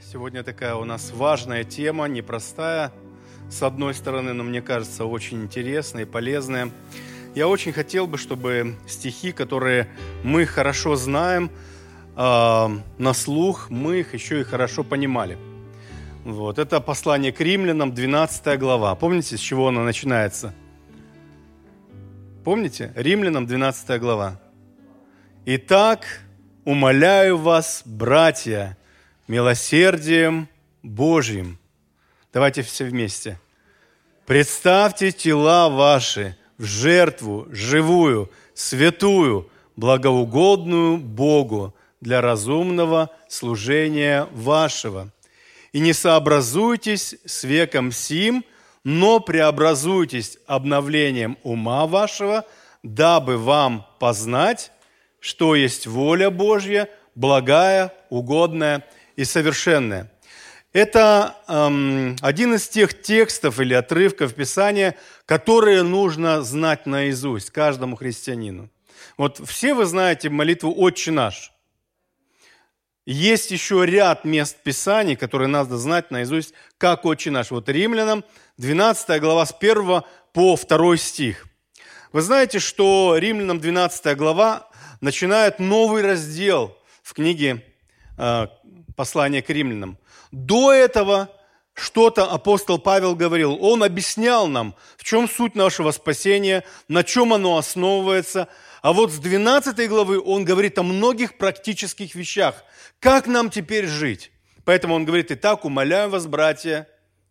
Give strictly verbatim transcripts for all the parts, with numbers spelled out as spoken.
Сегодня такая у нас важная тема, непростая, с одной стороны, но мне кажется, очень интересная и полезная. Я очень хотел бы, чтобы стихи, которые мы хорошо знаем, э, на слух, мы их еще и хорошо понимали. Вот. Это послание к римлянам, двенадцатая глава. Помните, с чего оно начинается? Помните? Римлянам, двенадцатая глава. «Итак, умоляю вас, братья, милосердием Божьим». Давайте все вместе. «Представьте тела ваши в жертву живую, святую, благоугодную Богу для разумного служения вашего. И не сообразуйтесь с веком сим, но преобразуйтесь обновлением ума вашего, дабы вам познать, что есть воля Божья, благая, угодная и совершенная». Это эм, один из тех текстов или отрывков Писания, которые нужно знать наизусть каждому христианину. Вот все вы знаете молитву «Отче наш». Есть еще ряд мест Писаний, которые надо знать наизусть, как «Отче наш». Вот Римлянам, двенадцатая глава, с первого по второй стих. Вы знаете, что Римлянам двенадцатая глава начинает новый раздел в книге э, «Послание к римлянам». До этого что-то апостол Павел говорил. Он объяснял нам, в чем суть нашего спасения, на чем оно основывается. А вот с двенадцатой главы он говорит о многих практических вещах. Как нам теперь жить? Поэтому он говорит: «Итак, умоляю вас, братья,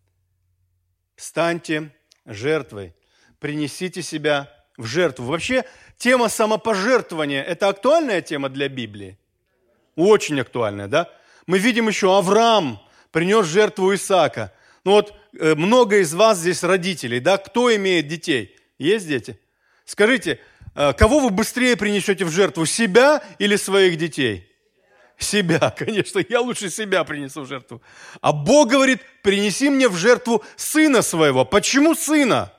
станьте жертвой, принесите себя в жертву». Вообще, тема самопожертвования – это актуальная тема для Библии? Очень актуальная, да? Мы видим еще Авраам принес жертву Исаака. Ну вот э, много из вас здесь родителей, да? Кто имеет детей? Есть дети? Скажите, э, кого вы быстрее принесете в жертву, себя или своих детей? Себя, конечно, я лучше себя принесу в жертву. А Бог говорит: принеси мне в жертву сына своего. Почему сына?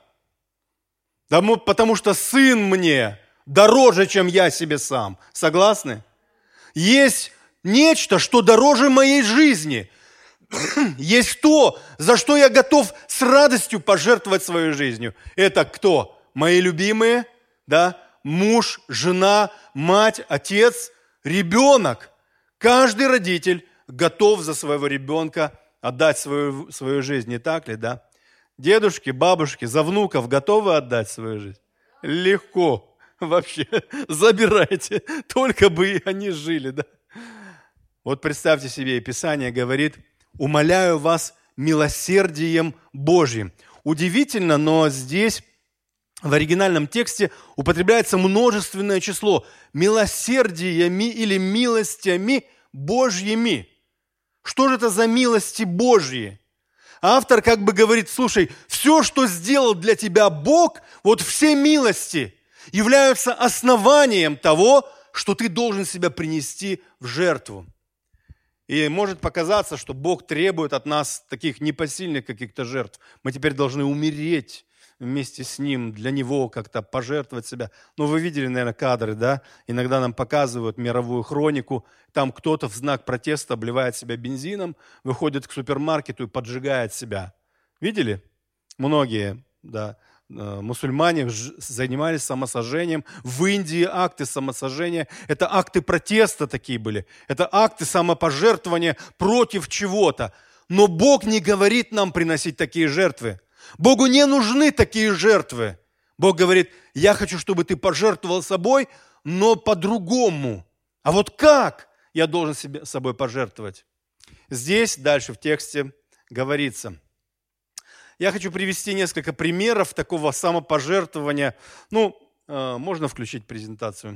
Да, потому что сын мне дороже, чем я себе сам. Согласны? Есть нечто, что дороже моей жизни. Есть то, за что я готов с радостью пожертвовать своей жизнью. Это кто? Мои любимые, да? Муж, жена, мать, отец, ребенок. Каждый родитель готов за своего ребенка отдать свою, свою жизнь, не так ли, да? Дедушки, бабушки, за внуков готовы отдать свою жизнь? Легко. Вообще, забирайте, только бы и они жили, да? Вот представьте себе, Писание говорит: «Умоляю вас милосердием Божьим». Удивительно, но здесь в оригинальном тексте употребляется множественное число милосердиями или милостями Божьими. Что же это за милости Божьи? Автор как бы говорит: слушай, все, что сделал для тебя Бог, вот все милости являются основанием того, что ты должен себя принести в жертву. И может показаться, что Бог требует от нас таких непосильных каких-то жертв. Мы теперь должны умереть вместе с Ним, для Него как-то пожертвовать себя. Ну, вы видели, наверное, кадры, да? Иногда нам показывают мировую хронику. Там кто-то в знак протеста обливает себя бензином, выходит к супермаркету и поджигает себя. Видели? Многие, да, мусульмане занимались самосожжением. В Индии акты самосожжения – это акты протеста такие были. Это акты самопожертвования против чего-то. Но Бог не говорит нам приносить такие жертвы. Богу не нужны такие жертвы. Бог говорит: я хочу, чтобы ты пожертвовал собой, но по-другому. А вот как я должен себе, собой пожертвовать? Здесь дальше в тексте говорится. Я хочу привести несколько примеров такого самопожертвования. Ну, э, можно включить презентацию.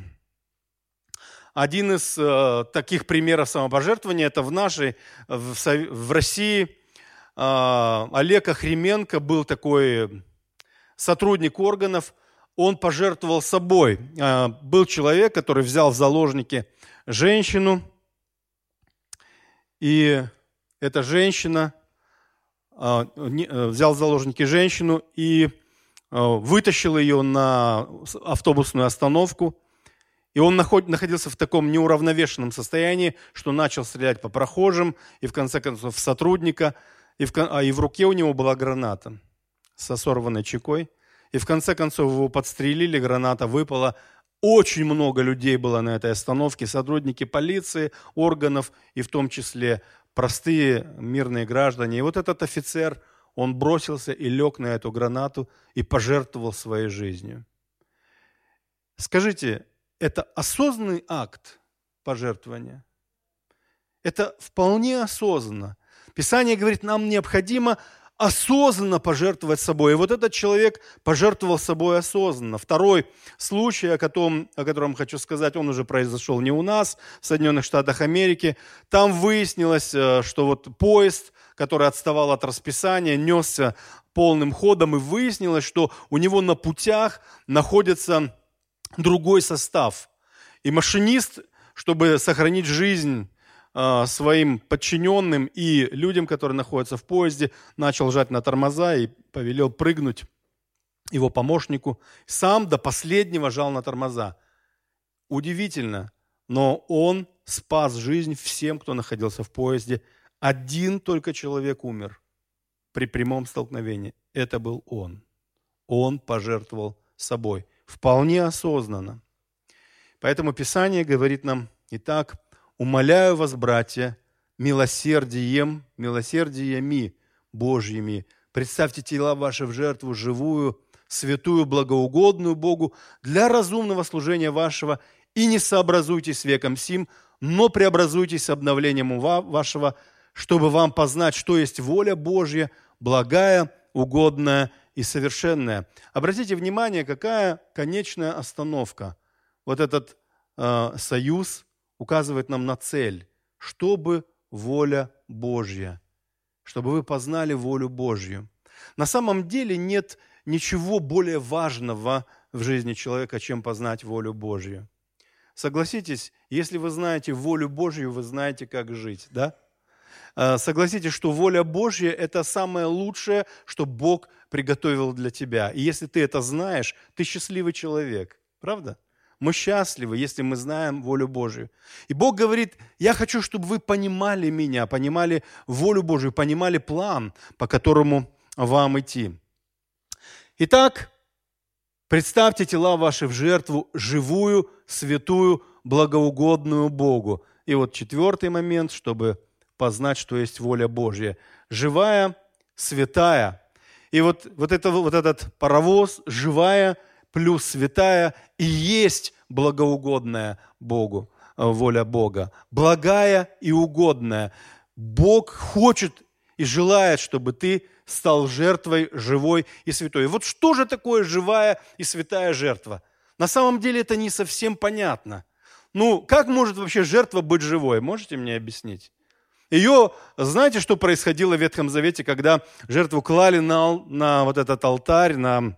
Один из э, таких примеров самопожертвования – это в нашей, в, в России, э, Олег Охрименко был такой сотрудник органов. Он пожертвовал собой. Э, был человек, который взял в заложники женщину, и эта женщина взял в заложники женщину и вытащил ее на автобусную остановку И он находился в таком неуравновешенном состоянии, что начал стрелять по прохожим и в конце концов в сотрудника, и в, а и в руке у него была граната со сорванной чекой. И в конце концов его подстрелили, граната выпала. Очень много людей было на этой остановке, сотрудники полиции, органов, и в том числе простые мирные граждане. И вот этот офицер, он бросился и лег на эту гранату и пожертвовал своей жизнью. Скажите, это осознанный акт пожертвования? Это вполне осознанно. Писание говорит, нам необходимо осознанно пожертвовать собой. И вот этот человек пожертвовал собой осознанно. Второй случай, о котором, о котором хочу сказать, он уже произошел не у нас, в Соединенных Штатах Америки. Там выяснилось, что вот поезд, который отставал от расписания, несся полным ходом, и выяснилось, что у него на путях находится другой состав. И машинист, чтобы сохранить жизнь э, своим подчиненным и людям, которые находятся в поезде, начал жать на тормоза и повелел прыгнуть его помощнику. Сам до последнего жал на тормоза. Удивительно, но он спас жизнь всем, кто находился в поезде. Один только человек умер при прямом столкновении. Это был он. Он пожертвовал собой. Вполне осознанно. Поэтому Писание говорит нам, итак, умоляю вас, братья, милосердием, милосердиями Божьими, представьте тела ваши в жертву живую, святую, благоугодную Богу, для разумного служения вашего, и не сообразуйтесь с веком сим, но преобразуйтесь обновлением вашего, чтобы вам познать, что есть воля Божья, благая, угодная и совершенная. Обратите внимание, какая конечная остановка. Вот этот э, союз указывает нам на цель, чтобы воля Божья, чтобы вы познали волю Божью. На самом деле нет ничего более важного в жизни человека, чем познать волю Божью. Согласитесь, если вы знаете волю Божью, вы знаете, как жить, да? Согласитесь, что воля Божья – это самое лучшее, что Бог приготовил для тебя. И если ты это знаешь, ты счастливый человек. Правда? Мы счастливы, если мы знаем волю Божью. И Бог говорит, я хочу, чтобы вы понимали меня, понимали волю Божью, понимали план, по которому вам идти. Итак, представьте тела ваши в жертву живую, святую, благоугодную Богу. И вот четвертый момент, чтобы познать, что есть воля Божья. Живая, святая. И вот, вот, это, вот этот паровоз, живая плюс святая, и есть благоугодная Богу, воля Бога. Благая и угодная. Бог хочет и желает, чтобы ты стал жертвой живой и святой. И вот что же такое живая и святая жертва? На самом деле это не совсем понятно. Ну, как может вообще жертва быть живой? Можете мне объяснить? Ее, знаете, что происходило в Ветхом Завете, когда жертву клали на, на вот этот алтарь, на,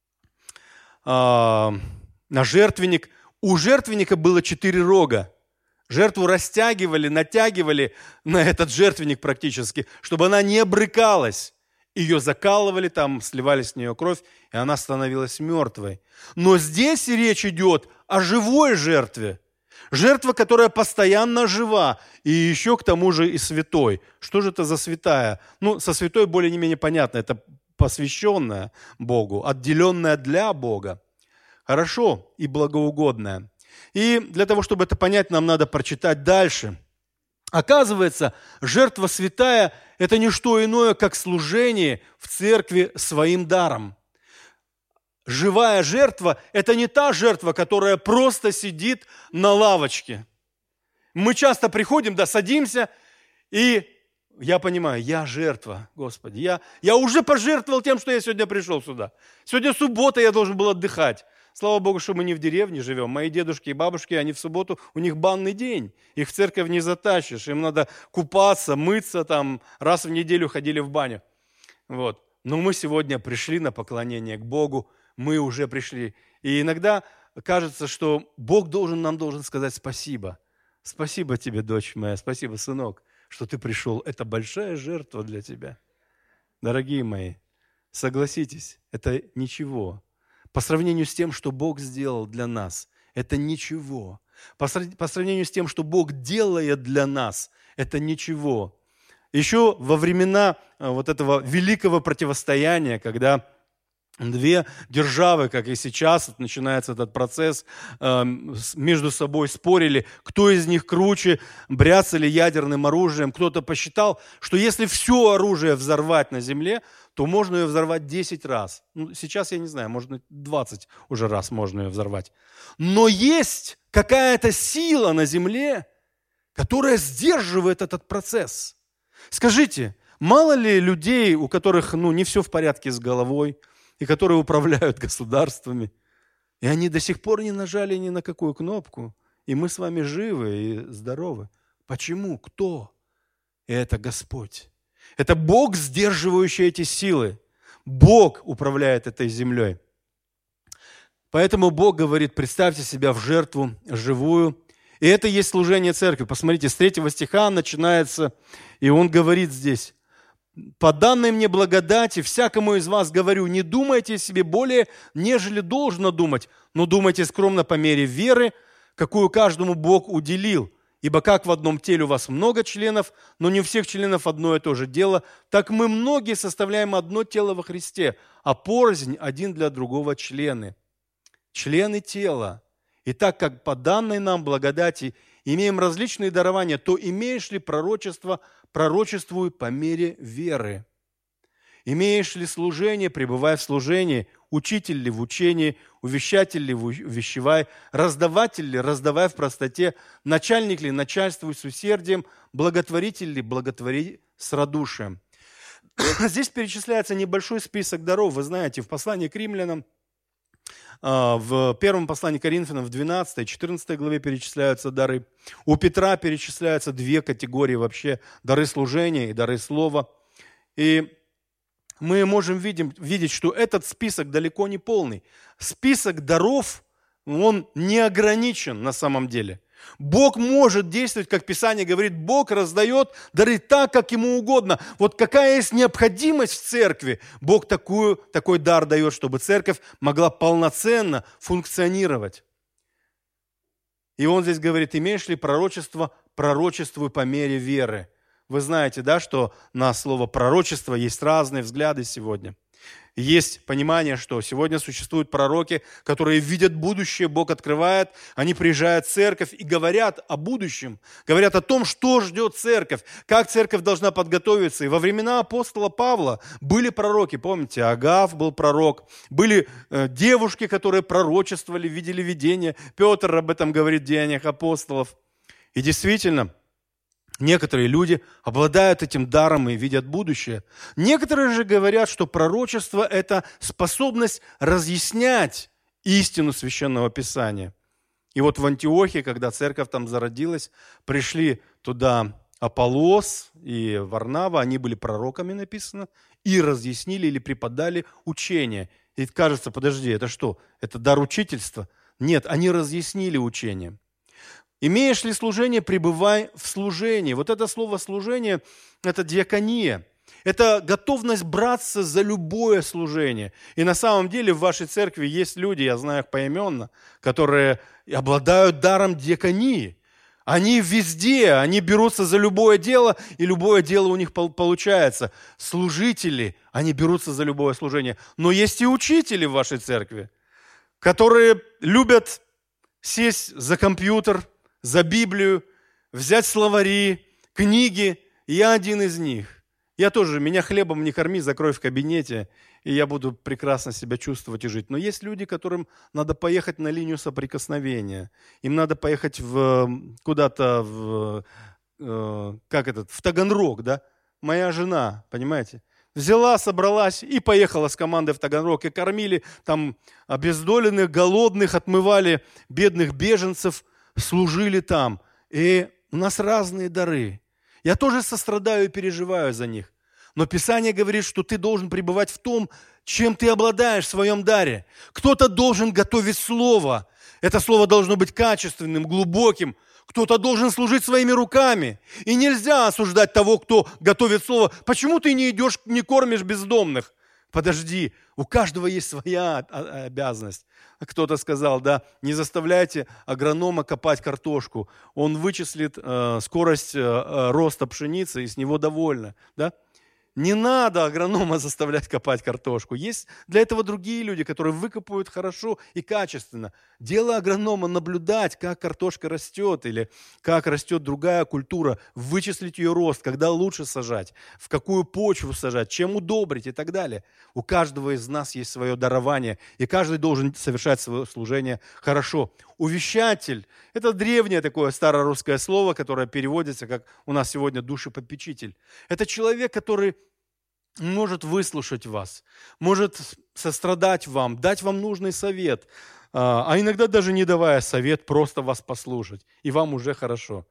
э, на жертвенник. У жертвенника было четыре рога. Жертву растягивали, натягивали на этот жертвенник практически, чтобы она не брыкалась. Ее закалывали, там сливали с нее кровь, и она становилась мертвой. Но здесь речь идет о живой жертве. Жертва, которая постоянно жива, и еще к тому же и святой. Что же это за святая? Ну, со святой более-менее понятно, это посвященная Богу, отделенная для Бога. Хорошо, и благоугодная. И для того, чтобы это понять, нам надо прочитать дальше. Оказывается, жертва святая – это не что иное, как служение в церкви своим даром. Живая жертва – это не та жертва, которая просто сидит на лавочке. Мы часто приходим, да, садимся, и я понимаю, я жертва, Господи. Я, я уже пожертвовал тем, что я сегодня пришел сюда. Сегодня суббота, я должен был отдыхать. Слава Богу, что мы не в деревне живем. Мои дедушки и бабушки, они в субботу, у них банный день. Их в церковь не затащишь. Им надо купаться, мыться, там, раз в неделю ходили в баню. Вот. Но мы сегодня пришли на поклонение к Богу. Мы уже пришли. И иногда кажется, что Бог должен, нам должен сказать спасибо. Спасибо тебе, дочь моя, спасибо, сынок, что ты пришел. Это большая жертва для тебя. Дорогие мои, согласитесь, это ничего. По сравнению с тем, что Бог сделал для нас, это ничего. По сравнению с тем, что Бог делает для нас, это ничего. Еще во времена вот этого великого противостояния, когда две державы, как и сейчас, начинается этот процесс, между собой спорили, кто из них круче, бряцали ядерным оружием. Кто-то посчитал, что если все оружие взорвать на земле, то можно ее взорвать десять раз. Ну, сейчас я не знаю, может двадцать уже раз можно ее взорвать. Но есть какая-то сила на земле, которая сдерживает этот процесс. Скажите, мало ли людей, у которых ну, не все в порядке с головой, и которые управляют государствами, и они до сих пор не нажали ни на какую кнопку, и мы с вами живы и здоровы. Почему? Кто? И это Господь. Это Бог, сдерживающий эти силы. Бог управляет этой землей. Поэтому Бог говорит, представьте себя в жертву живую. И это и есть служение церкви. Посмотрите, с третьего стиха начинается, и он говорит здесь, «По данной мне благодати всякому из вас говорю, не думайте о себе более, нежели должно думать, но думайте скромно по мере веры, какую каждому Бог уделил. Ибо как в одном теле у вас много членов, но не у всех членов одно и то же дело, так мы многие составляем одно тело во Христе, а порознь один для другого члены». Члены тела. И так как по данной нам благодати имеем различные дарования, то имеешь ли пророчество, пророчествуй по мере веры. Имеешь ли служение, пребывай в служении, учитель ли в учении, увещатель ли увещевай, раздаватель ли раздавай в простоте, начальник ли начальствуй с усердием, благотворитель ли благотвори с радушием. Здесь перечисляется небольшой список даров. Вы знаете, в послании к римлянам, в первом послании к Коринфянам, в двенадцатой, четырнадцатой главе перечисляются дары. У Петра перечисляются две категории вообще, дары служения и дары слова. И мы можем видеть, видеть, что этот список далеко не полный. Список даров, он не ограничен на самом деле. Бог может действовать, как Писание говорит, Бог раздает дары так, как Ему угодно. Вот какая есть необходимость в церкви, Бог такую, такой дар дает, чтобы церковь могла полноценно функционировать. И Он здесь говорит, имеешь ли пророчество, пророчествуй по мере веры. Вы знаете, да, что на слово пророчество есть разные взгляды сегодня. Есть понимание, что сегодня существуют пророки, которые видят будущее, Бог открывает, они приезжают в церковь и говорят о будущем, говорят о том, что ждет церковь, как церковь должна подготовиться. И во времена апостола Павла были пророки, помните, Агав был пророк, были э, девушки, которые пророчествовали, видели видения. Петр об этом говорит в Деяниях апостолов. И действительно, некоторые люди обладают этим даром и видят будущее. Некоторые же говорят, что пророчество – это способность разъяснять истину Священного Писания. И вот в Антиохии, когда церковь там зародилась, пришли туда Аполлос и Варнава, они были пророками, написано, и разъяснили или преподали учение. И кажется, подожди, это что? Это дар учительства? Нет, они разъяснили учение. Имеешь ли служение, пребывай в служении. Вот это слово «служение» – это диакония. Это готовность браться за любое служение. И на самом деле в вашей церкви есть люди, я знаю их поименно, которые обладают даром диаконии. Они везде, они берутся за любое дело, и любое дело у них получается. Служители, они берутся за любое служение. Но есть и учители в вашей церкви, которые любят сесть за компьютер, за Библию, взять словари, книги. Я один из них. Я тоже, меня хлебом не корми, закрой в кабинете, и я буду прекрасно себя чувствовать и жить. Но есть люди, которым надо поехать на линию соприкосновения. Им надо поехать в, куда-то в, как этот, в Таганрог, да? Моя жена, понимаете? Взяла, собралась и поехала с командой в Таганрог. И кормили там обездоленных, голодных, отмывали бедных беженцев, служили там. И у нас разные дары. Я тоже сострадаю и переживаю за них. Но Писание говорит, что ты должен пребывать в том, чем ты обладаешь в своем даре. Кто-то должен готовить слово. Это слово должно быть качественным, глубоким. Кто-то должен служить своими руками. И нельзя осуждать того, кто готовит слово. Почему ты не идешь, не кормишь бездомных? Подожди, у каждого есть своя обязанность. Кто-то сказал, да, не заставляйте агронома копать картошку. Он вычислит э, скорость э, роста пшеницы и с него довольно. Да? Не надо агронома заставлять копать картошку. Есть для этого другие люди, которые выкопают хорошо и качественно. Дело агронома наблюдать, как картошка растет или как растет другая культура, вычислить ее рост, когда лучше сажать, в какую почву сажать, чем удобрить и так далее. У каждого из нас есть свое дарование, и каждый должен совершать свое служение хорошо. Увещатель – это древнее такое старорусское слово, которое переводится, как у нас сегодня душепопечитель. Это человек, который может выслушать вас, может сострадать вам, дать вам нужный совет, а иногда даже не давая совет, просто вас послушать, и вам уже хорошо.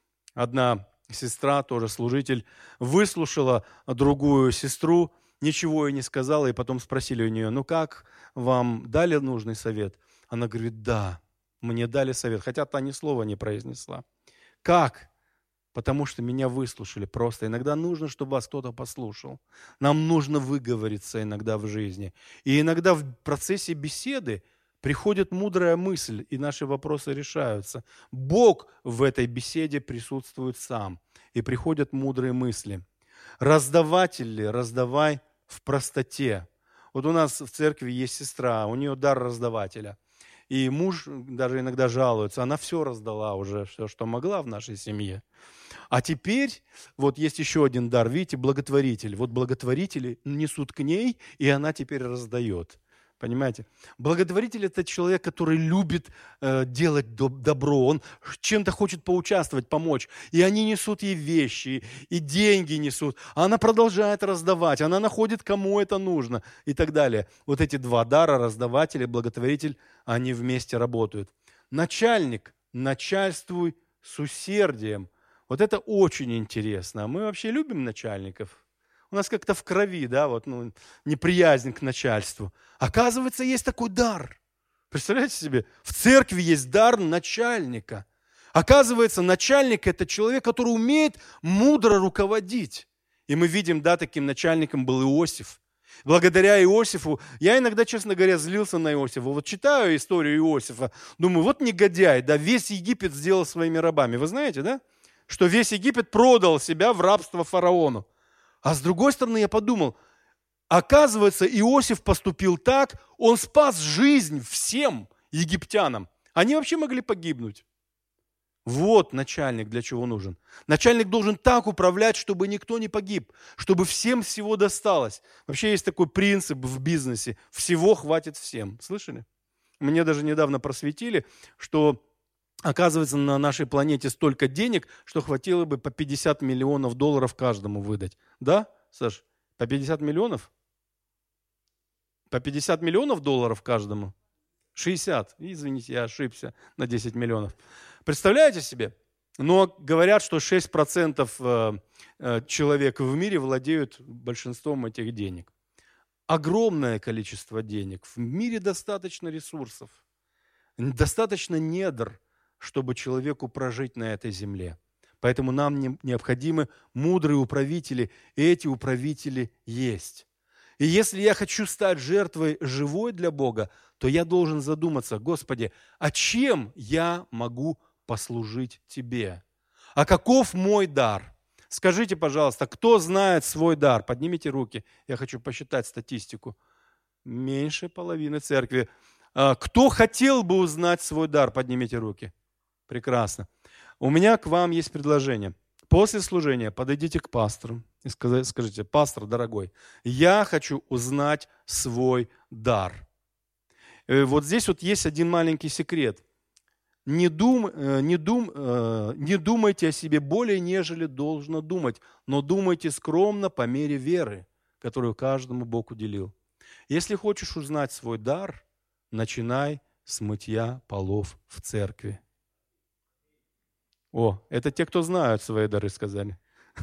Одна сестра, тоже служитель, выслушала другую сестру, ничего ей не сказала, и потом спросили у нее, ну как, вам дали нужный совет? Она говорит, да, мне дали совет, хотя та ни слова не произнесла. Как? Потому что меня выслушали просто. Иногда нужно, чтобы вас кто-то послушал. Нам нужно выговориться иногда в жизни. И иногда в процессе беседы приходит мудрая мысль, и наши вопросы решаются. Бог в этой беседе присутствует сам, и приходят мудрые мысли. Раздаватель ли, раздавай в простоте. Вот у нас в церкви есть сестра, у нее дар раздавателя. И муж даже иногда жалуется, она все раздала уже, все, что могла в нашей семье. А теперь вот есть еще один дар, видите, благотворитель. Вот благотворители несут к ней, и она теперь раздает. Понимаете? Благотворитель – это человек, который любит э, делать добро, он чем-то хочет поучаствовать, помочь. И они несут ей вещи, и деньги несут. А она продолжает раздавать, она находит, кому это нужно и так далее. Вот эти два дара, раздаватель и благотворитель, они вместе работают. Начальник, начальствуй с усердием. Вот это очень интересно. Мы вообще любим начальников. У нас как-то в крови, да, вот, ну, неприязнь к начальству. Оказывается, есть такой дар. Представляете себе? В церкви есть дар начальника. Оказывается, начальник – это человек, который умеет мудро руководить. И мы видим, да, таким начальником был Иосиф. Благодаря Иосифу, я иногда, честно говоря, злился на Иосифа. Вот читаю историю Иосифа, думаю, вот негодяй, да, весь Египет сделал своими рабами. Вы знаете, да, что весь Египет продал себя в рабство фараону. А с другой стороны, я подумал, оказывается, Иосиф поступил так, он спас жизнь всем египтянам. Они вообще могли погибнуть. Вот начальник для чего нужен. Начальник должен так управлять, чтобы никто не погиб, чтобы всем всего досталось. Вообще есть такой принцип в бизнесе, всего хватит всем. Слышали? Мне даже недавно просветили, что оказывается, на нашей планете столько денег, что хватило бы по пятьдесят миллионов долларов каждому выдать. Да, Саш? По пятьдесят миллионов? По пятьдесят миллионов долларов каждому? шестьдесят. Извините, я ошибся на десять миллионов. Представляете себе? Но говорят, что шесть процентов человек в мире владеют большинством этих денег. Огромное количество денег. В мире достаточно ресурсов. Достаточно недр, чтобы человеку прожить на этой земле. Поэтому нам необходимы мудрые управители, и эти управители есть. И если я хочу стать жертвой живой для Бога, то я должен задуматься, Господи, а чем я могу послужить Тебе? А каков мой дар? Скажите, пожалуйста, кто знает свой дар? Поднимите руки, я хочу посчитать статистику. Меньше половины церкви. Кто хотел бы узнать свой дар? Поднимите руки. Прекрасно. У меня к вам есть предложение. После служения подойдите к пастору и скажите, пастор, дорогой, я хочу узнать свой дар. Вот здесь вот есть один маленький секрет. Не, дум, не, дум, не думайте о себе более, нежели должно думать, но думайте скромно по мере веры, которую каждому Бог уделил. Если хочешь узнать свой дар, начинай с мытья полов в церкви. О, это те, кто знают свои дары, сказали.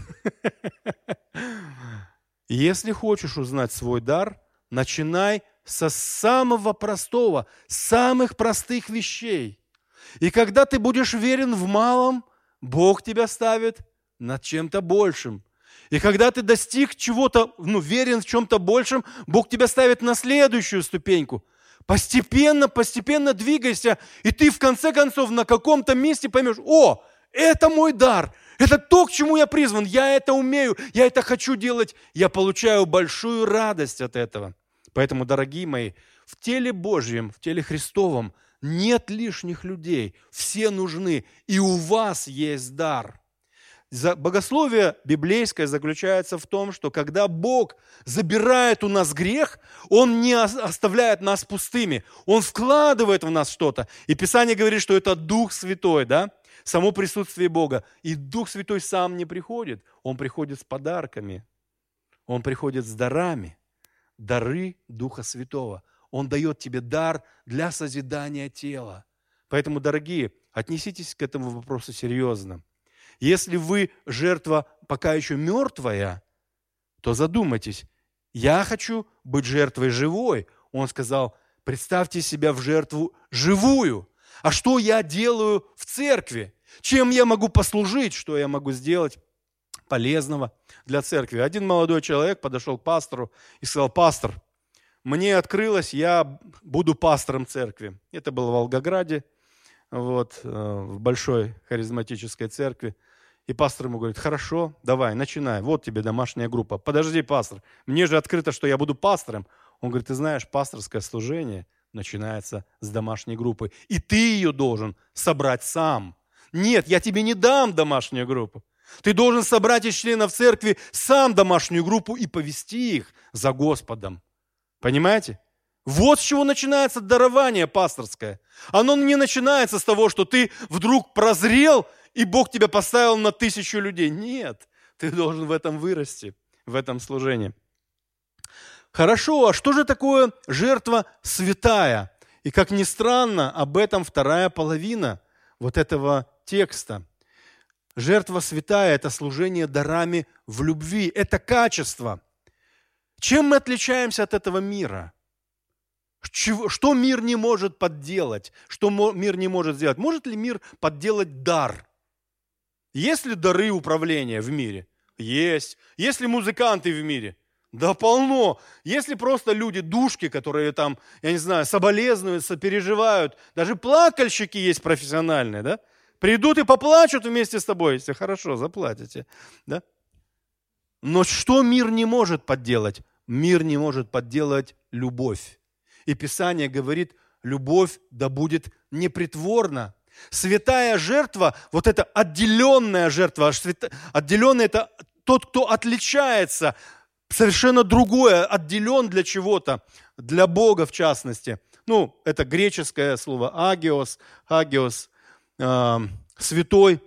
Если хочешь узнать свой дар, начинай со самого простого, самых простых вещей. И когда ты будешь верен в малом, Бог тебя ставит над чем-то большим. И когда ты достиг чего-то, ну, верен в чем-то большем, Бог тебя ставит на следующую ступеньку. Постепенно, постепенно двигайся, и ты в конце концов на каком-то месте поймешь: о, это мой дар, это то, к чему я призван, я это умею, я это хочу делать, я получаю большую радость от этого. Поэтому, дорогие мои, в теле Божьем, в теле Христовом нет лишних людей, все нужны, и у вас есть дар. Богословие библейское заключается в том, что когда Бог забирает у нас грех, Он не оставляет нас пустыми, Он вкладывает в нас что-то. И Писание говорит, что это Дух Святой, да? Само присутствие Бога. И Дух Святой сам не приходит, Он приходит с подарками, Он приходит с дарами, дары Духа Святого. Он дает тебе дар для созидания тела. Поэтому, дорогие, отнеситесь к этому вопросу серьезно. Если вы жертва пока еще мертвая, то задумайтесь: я хочу быть жертвой живой. Он сказал: представьте себя в жертву живую. А что я делаю в церкви? Чем я могу послужить? Что я могу сделать полезного для церкви? Один молодой человек подошел к пастору и сказал: пастор, мне открылось, я буду пастором церкви. Это было в Волгограде, вот, в большой харизматической церкви. И пастор ему говорит: хорошо, давай, начинай, вот тебе домашняя группа. Подожди, пастор, мне же открыто, что я буду пастором. Он говорит: ты знаешь, пасторское служение начинается с домашней группы, и ты ее должен собрать сам. Нет, я тебе не дам домашнюю группу. Ты должен собрать из членов церкви сам домашнюю группу и повести их за Господом. Понимаете? Вот с чего начинается дарование пасторское. Оно не начинается с того, что ты вдруг прозрел, и Бог тебя поставил на тысячу людей. Нет, ты должен в этом вырасти, в этом служении. Хорошо, а что же такое жертва святая? И как ни странно, об этом вторая половина вот этого текста. Жертва святая – это служение дарами в любви, это качество. Чем мы отличаемся от этого мира? Что мир не может подделать? Что мир не может сделать? Может ли мир подделать дар? Есть ли дары управления в мире? Есть. Есть ли музыканты в мире? Да полно. Есть ли просто люди, душки, которые там, я не знаю, соболезнуют, сопереживают? Даже плакальщики есть профессиональные, да? Придут и поплачут вместе с тобой, если хорошо заплатите, да? Но что мир не может подделать? Мир не может подделать любовь. И Писание говорит: любовь да будет непритворна. Святая жертва, вот эта отделенная жертва, отделенный – это тот, кто отличается, совершенно другое, отделен для чего-то, для Бога в частности. Ну, это греческое слово агиос, агиос, э, святой.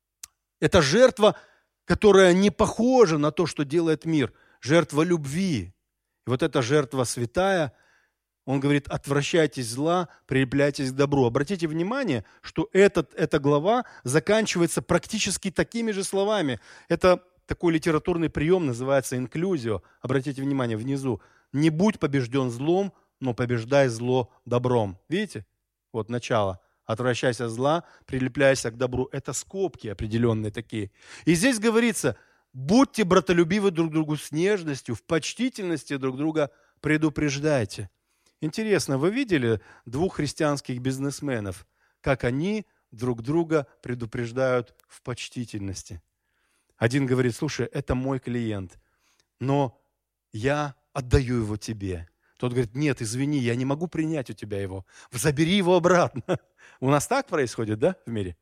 Это жертва, которая не похожа на то, что делает мир. Жертва любви. И вот эта жертва святая, он говорит: отвращайтесь зла, прилепляйтесь к добру. Обратите внимание, что этот, эта глава заканчивается практически такими же словами. Это такой литературный прием, называется инклюзио. Обратите внимание внизу. Не будь побежден злом, но побеждай зло добром. Видите? Вот начало. Отвращайся от зла, прилепляйся к добру. Это скобки определенные такие. И здесь говорится: будьте братолюбивы друг другу с нежностью, в почтительности друг друга предупреждайте. Интересно, вы видели двух христианских бизнесменов, как они друг друга предупреждают в почтительности? Один говорит: слушай, это мой клиент, но я отдаю его тебе. Тот говорит: нет, извини, я не могу принять у тебя его. Забери его обратно. У нас так происходит, да, в мире?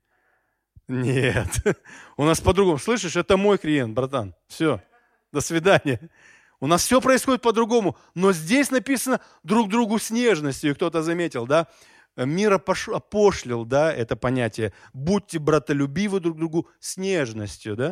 Нет. У нас по-другому. Слышишь, это мой клиент, братан. Все, до свидания. У нас все происходит по-другому. Но здесь написано друг другу с нежностью. И кто-то заметил, да? Мир опошлил, да, это понятие. Будьте братолюбивы друг другу с нежностью, да?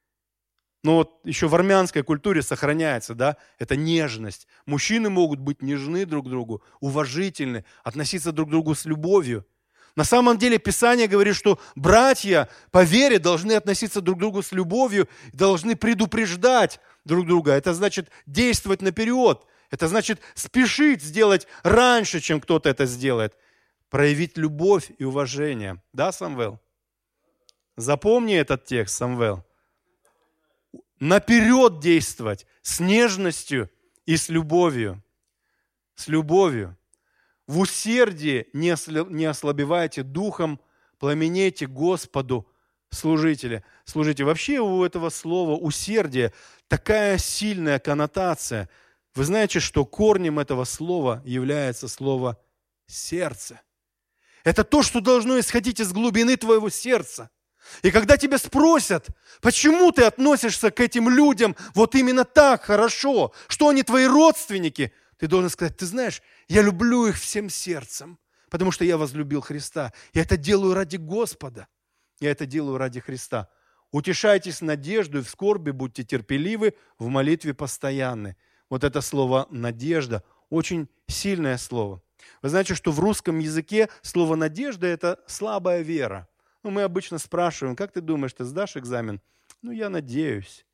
Но вот еще в армянской культуре сохраняется, да, это нежность. Мужчины могут быть нежны друг к другу, уважительны, относиться друг к другу с любовью. На самом деле Писание говорит, что братья по вере должны относиться друг к другу с любовью, должны предупреждать друг друга. Это значит действовать наперед. Это значит спешить сделать раньше, чем кто-то это сделает. Проявить любовь и уважение. Да, Самвел? Запомни этот текст, Самвел. наперед действовать с нежностью и с любовью. С любовью. В усердии не ослабевайте духом, пламенейте Господу, служители. Служите. Вообще у этого слова усердие такая сильная коннотация. Вы знаете, что корнем этого слова является слово сердце. Это то, что должно исходить из глубины твоего сердца. И когда тебя спросят, почему ты относишься к этим людям вот именно так хорошо, что они твои родственники, ты должен сказать, ты знаешь, я люблю их всем сердцем, потому что я возлюбил Христа. Я это делаю ради Господа. Я это делаю ради Христа. Утешайтесь надеждой, в скорби будьте терпеливы, в молитве постоянны. Вот это слово «надежда» очень сильное слово. Вы знаете, что в русском языке слово «надежда» – это слабая вера. Ну, мы обычно спрашиваем, как ты думаешь, ты сдашь экзамен? Ну, я надеюсь.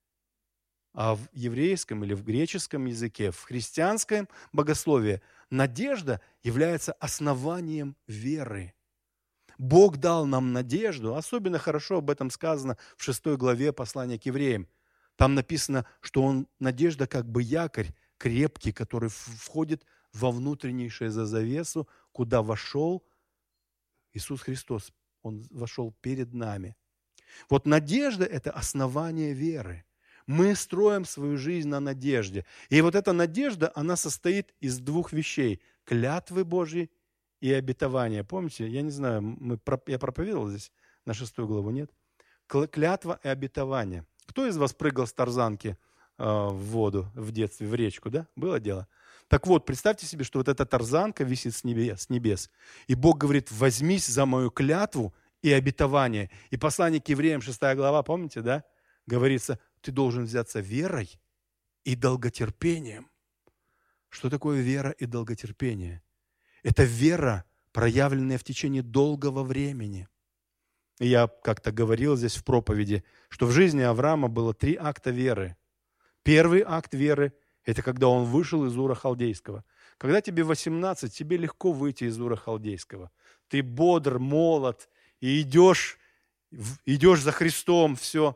А в еврейском или в греческом языке, в христианском богословии надежда является основанием веры. Бог дал нам надежду, особенно хорошо об этом сказано в шестой главе послания к евреям. Там написано, что он, надежда как бы якорь крепкий, который входит во внутреннейшее за завесу, куда вошел Иисус Христос. Он вошел перед нами. Вот надежда – это основание веры. Мы строим свою жизнь на надежде. И вот эта надежда, она состоит из двух вещей. Клятвы Божьей и обетования. Помните, я не знаю, мы, я проповедовал здесь на шестую главу, нет? Клятва и обетование. Кто из вас прыгал с тарзанки э, в воду в детстве, в речку, да? Было дело? Так вот, представьте себе, что вот эта тарзанка висит с небес, с небес. И Бог говорит, возьмись за мою клятву и обетование. И послание к евреям, шестая глава, помните, да? Говорится, ты должен взяться верой и долготерпением. Что такое вера и долготерпение? Это вера, проявленная в течение долгого времени. И я как-то говорил здесь в проповеди, что в жизни Авраама было три акта веры. Первый акт веры – это когда он вышел из Ура Халдейского. Когда тебе восемнадцать, тебе легко выйти из Ура Халдейского. Ты бодр, молод, и идешь, идешь за Христом, все.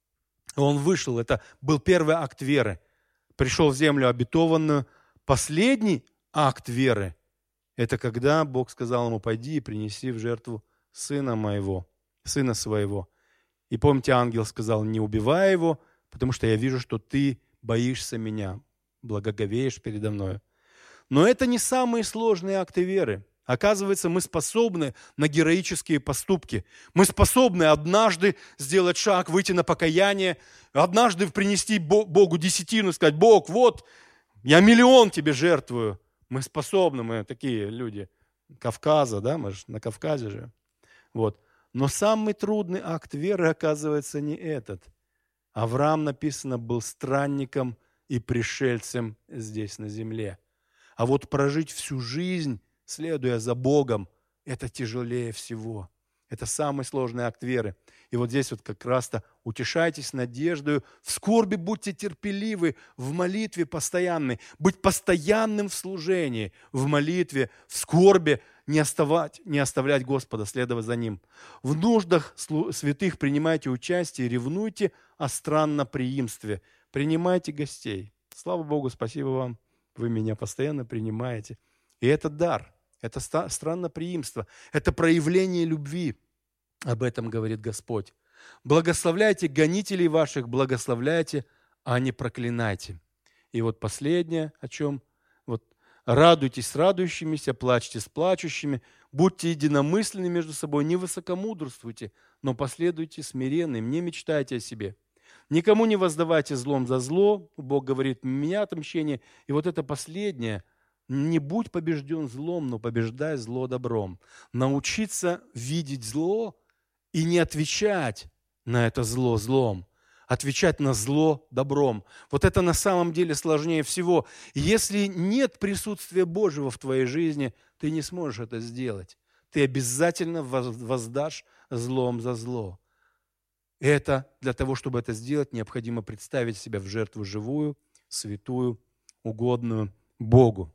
Он вышел, это был первый акт веры. Пришел в землю обетованную. Последний акт веры – это когда Бог сказал ему, пойди и принеси в жертву сына моего, сына своего. И помните, ангел сказал, не убивай его, потому что я вижу, что ты боишься меня, благоговеешь передо мною. Но это не самые сложные акты веры. Оказывается, мы способны на героические поступки. Мы способны однажды сделать шаг, выйти на покаяние, однажды принести Богу десятину, сказать, Бог, вот, я миллион тебе жертвую. Мы способны, мы такие люди Кавказа, да, мы же на Кавказе же. Вот. Но самый трудный акт веры, оказывается, не этот. Авраам, написано, был странником и пришельцем здесь на земле. А вот прожить всю жизнь, следуя за Богом, это тяжелее всего. Это самый сложный акт веры. И вот здесь вот как раз-то утешайтесь надеждою, в скорби будьте терпеливы, в молитве постоянной, быть постоянным в служении, в молитве, в скорби, не оставать, не оставлять Господа, следовать за Ним. В нуждах святых принимайте участие, ревнуйте о странноприимстве, принимайте гостей. Слава Богу, спасибо вам, вы меня постоянно принимаете. И это дар. Это странноприимство, это проявление любви. Об этом говорит Господь. Благословляйте гонителей ваших, благословляйте, а не проклинайте. И вот последнее, о чем? Вот, радуйтесь с радующимися, плачьте с плачущими, будьте единомысленны между собой, не высокомудрствуйте, но последуйте смиренным, не мечтайте о себе. Никому не воздавайте злом за зло, Бог говорит, меня отмщение. И вот это последнее – не будь побежден злом, но побеждай зло добром. Научиться видеть зло и не отвечать на это зло злом. Отвечать на зло добром. Вот это на самом деле сложнее всего. Если нет присутствия Божьего в твоей жизни, ты не сможешь это сделать. Ты обязательно воздашь злом за зло. Это для того, чтобы это сделать, необходимо представить себя в жертву живую, святую, угодную Богу.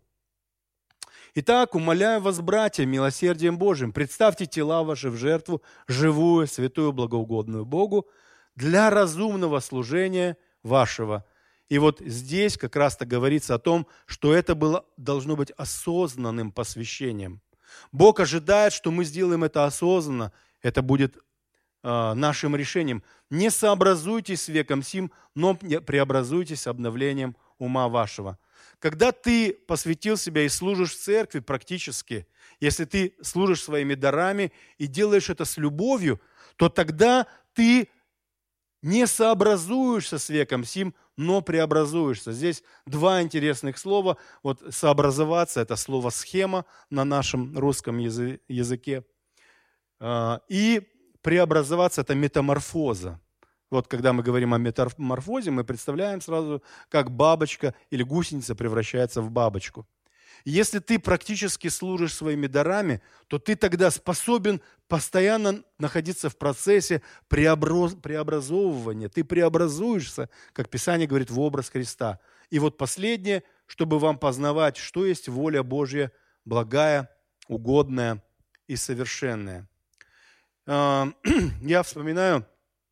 Итак, умоляю вас, братья, милосердием Божьим, представьте тела ваши в жертву, живую, святую, благоугодную Богу. для разумного служения вашего». И вот здесь как раз-то говорится о том, что это было, должно быть осознанным посвящением. Бог ожидает, что мы сделаем это осознанно. Это будет э, нашим решением. «Не сообразуйтесь с веком сим, но преобразуйтесь обновлением ума вашего». Когда ты посвятил себя и служишь в церкви практически, если ты служишь своими дарами и делаешь это с любовью, то тогда ты не сообразуешься с веком сим, но преобразуешься. Здесь два интересных слова. Вот сообразоваться – это слово «схема» на нашем русском языке. И преобразоваться – это метаморфоза. Вот когда мы говорим о метаморфозе, мы представляем сразу, как бабочка или гусеница превращается в бабочку. Если ты практически служишь своими дарами, то ты тогда способен постоянно находиться в процессе преобразовывания. Ты преобразуешься, как Писание говорит, в образ Христа. И вот последнее, чтобы вам познавать, что есть воля Божья, благая, угодная и совершенная. Я вспоминаю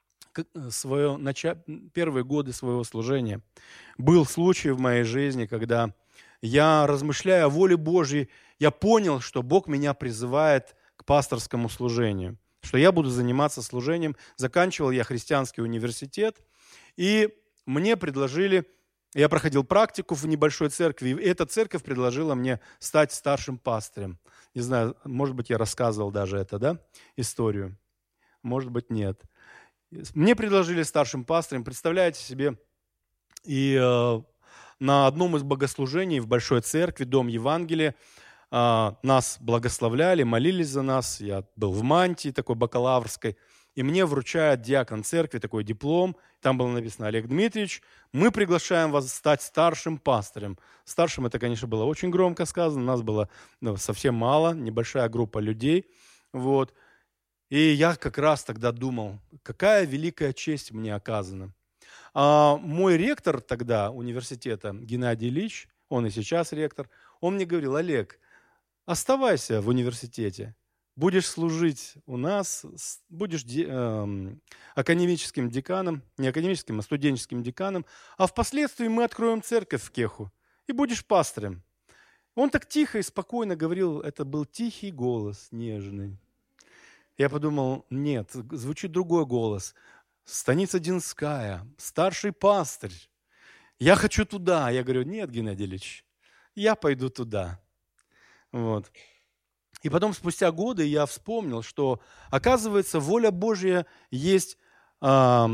свое, первые годы своего служения. Был случай в моей жизни, когда я, размышляя о воле Божьей, я понял, что Бог меня призывает к пасторскому служению, что я буду заниматься служением. Заканчивал я христианский университет, и мне предложили, я проходил практику в небольшой церкви, и эта церковь предложила мне стать старшим пастырем. Не знаю, может быть, я рассказывал даже это, да, историю, может быть, нет. Мне предложили старшим пастырем, представляете себе, и э, на одном из богослужений в Большой Церкви, Дом Евангелия, э, нас благословляли, молились за нас. Я был в мантии такой бакалаврской, и мне вручает диакон церкви такой диплом. Там было написано: «Олег Дмитриевич, мы приглашаем вас стать старшим пастырем». Старшим это, конечно, было очень громко сказано, нас было ну, совсем мало, небольшая группа людей. Вот. И я как раз тогда думал, какая великая честь мне оказана. А мой ректор тогда университета, Геннадий Ильич, он и сейчас ректор, он мне говорил: «Олег, оставайся в университете, будешь служить у нас, будешь де, э, академическим деканом, не академическим, а студенческим деканом, а впоследствии мы откроем церковь в Кеху, и будешь пастырем». Он так тихо и спокойно говорил, это был тихий голос, нежный. Я подумал, нет, звучит другой голос. Станица Динская, старший пастырь. Я хочу туда. Я говорю, нет, Геннадий Ильич, я пойду туда. Вот. И потом, спустя годы, я вспомнил, что, оказывается, воля Божья есть э,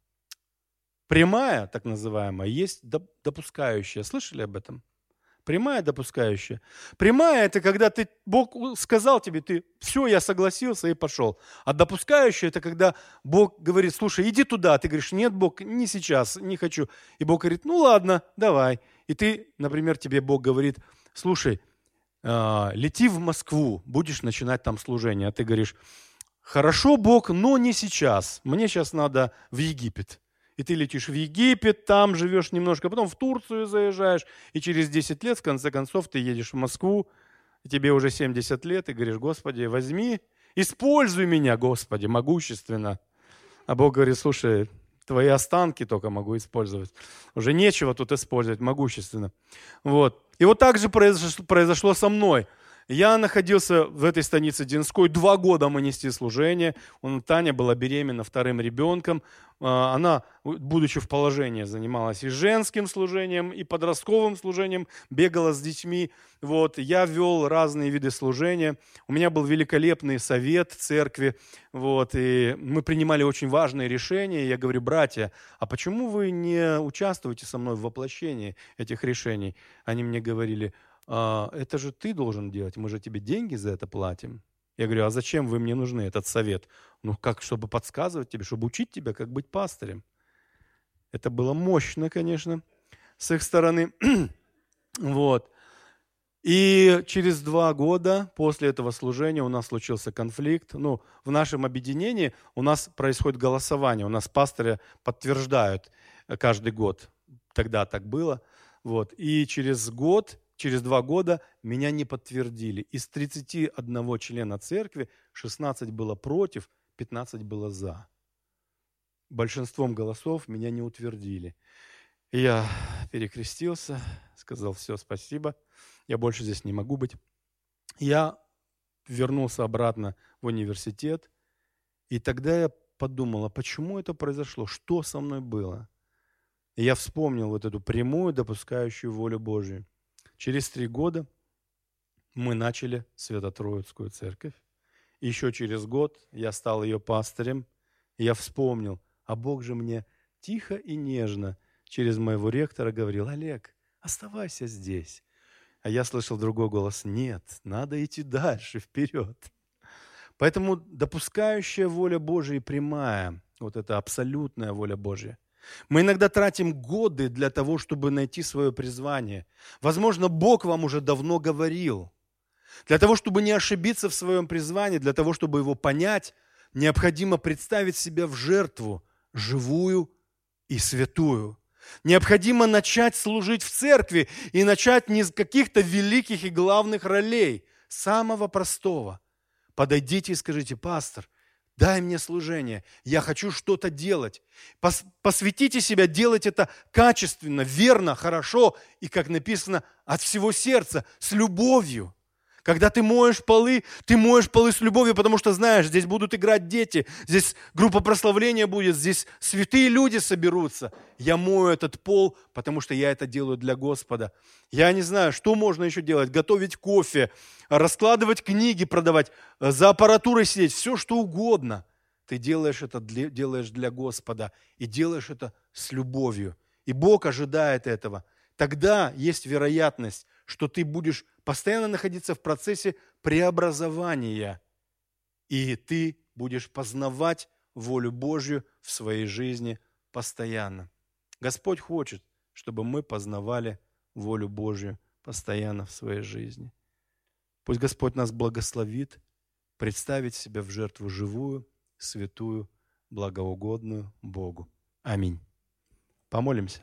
прямая, так называемая, есть допускающая. Слышали об этом? Прямая, допускающая. Прямая – это когда ты, Бог сказал тебе, ты все, я согласился и пошел. А допускающая – это когда Бог говорит, слушай, иди туда. А ты говоришь, нет, Бог, не сейчас, не хочу. И Бог говорит, ну ладно, давай. И ты, например, тебе Бог говорит, слушай, э, лети в Москву, будешь начинать там служение. А ты говоришь, хорошо, Бог, но не сейчас. Мне сейчас надо в Египет. И ты летишь в Египет, там живешь немножко, потом в Турцию заезжаешь, и через десять лет, в конце концов, ты едешь в Москву, и тебе уже семьдесят лет, и говоришь, Господи, возьми, используй меня, Господи, могущественно. А Бог говорит, слушай, твои останки только могу использовать. Уже нечего тут использовать могущественно. Вот. И вот так же произошло, произошло со мной. Я находился в этой станице Динской, два года мы несли служение. Таня была беременна вторым ребенком. Она, будучи в положении, занималась и женским служением, и подростковым служением, бегала с детьми. Вот. Я вел разные виды служения. У меня был великолепный совет церкви. Вот. И мы принимали очень важные решения. Я говорю, братья, а почему вы не участвуете со мной в воплощении этих решений? Они мне говорили, это же ты должен делать, мы же тебе деньги за это платим. Я говорю, а зачем вы мне нужны, этот совет? Ну, как, чтобы подсказывать тебе, чтобы учить тебя, как быть пастырем. Это было мощно, конечно, с их стороны. Вот. И через два года после этого служения у нас случился конфликт. Ну, в нашем объединении у нас происходит голосование, у нас пастыря подтверждают каждый год. Тогда так было. Вот. И через год Через два года меня не подтвердили. Из тридцати одного члена церкви шестнадцать было против, пятнадцать было за. большинством голосов меня не утвердили. И я перекрестился, сказал: все, спасибо, я больше здесь не могу быть. Я вернулся обратно в университет, и тогда я подумал, а почему это произошло, что со мной было? И я вспомнил вот эту прямую, допускающую волю Божию. Через три года мы начали Свято-Троицкую церковь. Еще через год я стал ее пастырем. И я вспомнил, а Бог же мне тихо и нежно через моего ректора говорил: Олег, оставайся здесь. А я слышал другой голос: нет, надо идти дальше, вперед. Поэтому допускающая воля Божия и прямая, вот это абсолютная воля Божья. Мы иногда тратим годы для того, чтобы найти свое призвание. Возможно, Бог вам уже давно говорил. Для того, чтобы не ошибиться в своем призвании, для того, чтобы его понять, необходимо представить себя в жертву, живую и святую. Необходимо начать служить в церкви и начать не с каких-то великих и главных ролей, самого простого. Подойдите и скажите: пастор, дай мне служение, я хочу что-то делать. Пос- посвятите себя делать это качественно, верно, хорошо и, как написано, от всего сердца, с любовью. Когда ты моешь полы, ты моешь полы с любовью, потому что знаешь, здесь будут играть дети, здесь группа прославления будет, здесь святые люди соберутся. Я мою этот пол, потому что я это делаю для Господа. Я не знаю, что можно еще делать, готовить кофе, раскладывать книги, продавать, за аппаратурой сидеть, все что угодно. Ты делаешь это для, делаешь для Господа и делаешь это с любовью. И Бог ожидает этого. Тогда есть вероятность, что ты будешь постоянно находиться в процессе преобразования, и ты будешь познавать волю Божью в своей жизни постоянно. Господь хочет, чтобы мы познавали волю Божью постоянно в своей жизни. Пусть Господь нас благословит представить себя в жертву живую, святую, благоугодную Богу. Аминь. Помолимся.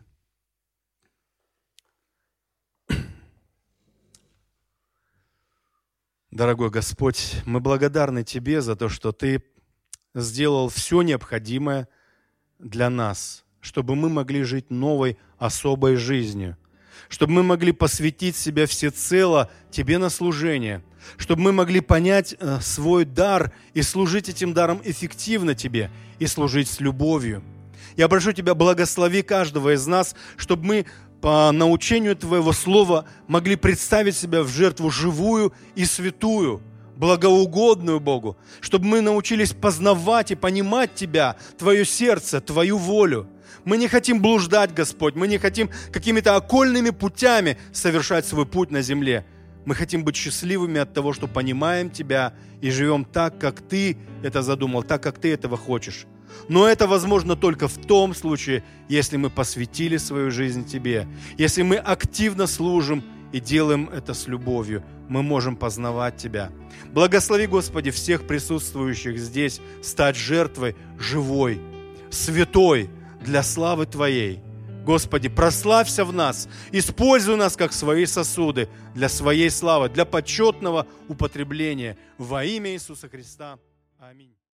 Дорогой Господь, мы благодарны Тебе за то, что Ты сделал все необходимое для нас, чтобы мы могли жить новой, особой жизнью, чтобы мы могли посвятить себя всецело Тебе на служение, чтобы мы могли понять свой дар и служить этим даром эффективно Тебе и служить с любовью. Я прошу Тебя, благослови каждого из нас, чтобы мы по научению Твоего Слова могли представить себя в жертву живую и святую, благоугодную Богу, чтобы мы научились познавать и понимать Тебя, Твое сердце, Твою волю. Мы не хотим блуждать, Господь, мы не хотим какими-то окольными путями совершать свой путь на земле. Мы хотим быть счастливыми от того, что понимаем Тебя и живем так, как Ты это задумал, так, как Ты этого хочешь. Но это возможно только в том случае, если мы посвятили свою жизнь Тебе, если мы активно служим и делаем это с любовью, мы можем познавать Тебя. Благослови, Господи, всех присутствующих здесь стать жертвой живой, святой для славы Твоей. Господи, прославься в нас, используй нас как свои сосуды для своей славы, для почетного употребления. Во имя Иисуса Христа. Аминь.